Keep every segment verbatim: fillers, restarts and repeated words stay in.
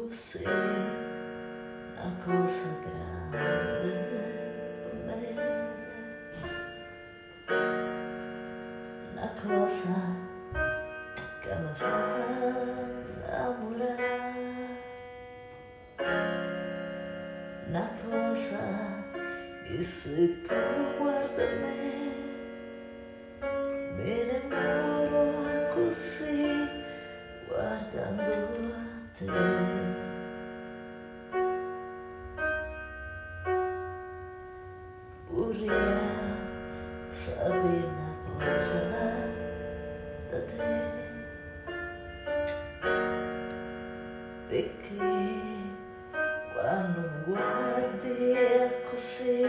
Tu sei una cosa grande per me, una cosa che mi fa innamorare, una cosa che se tu guardi me me ne muoro così guardando a te. Vorrei sapere una cosa da te, perché quando mi guardi è così,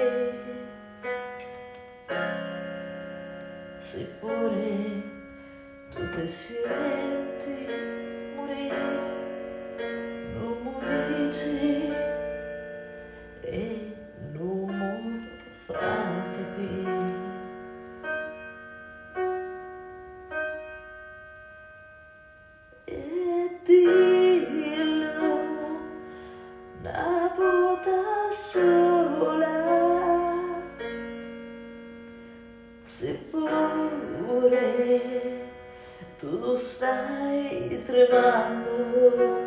se pure tu ti senti morire, non mi dici e non mi fa capire. E dillo una volta sola, se pure tu stai tremando,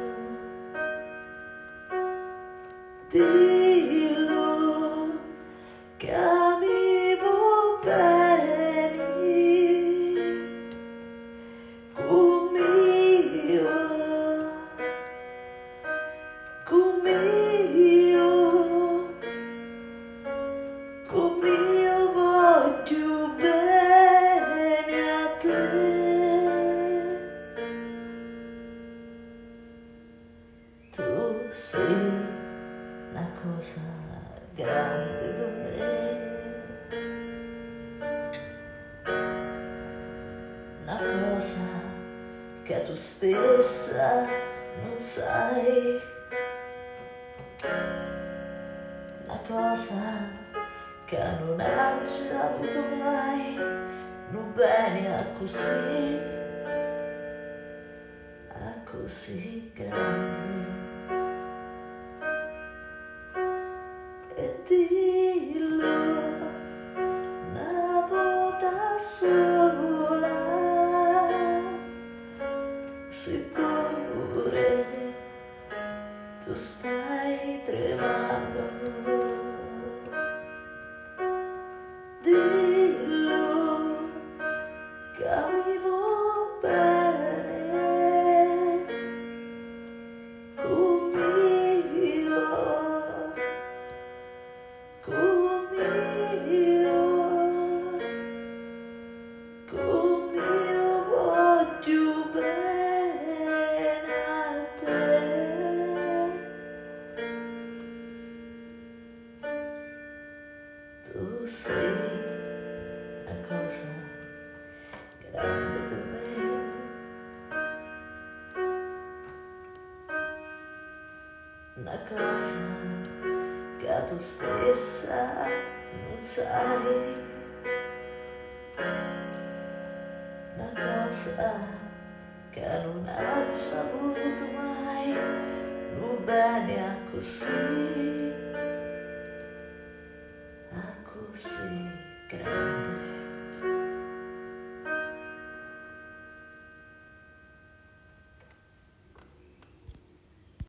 dillo che mi va bene conmigo, conmigo, conmigo voglio bene a te. Tu sei una cosa grande per me, una cosa che tu stessa non sai, una cosa che non hai già avuto mai, non bene a così, a così grande. E dillo una volta sola, se pure tu stai tremando, dillo che mi va bene conmigo, conmigo, conmigo voglio bene a te. Tu sei una cosa grande per me, una cosa che tu stessa non sai, una cosa che non hai già avuto mai, non bene a così.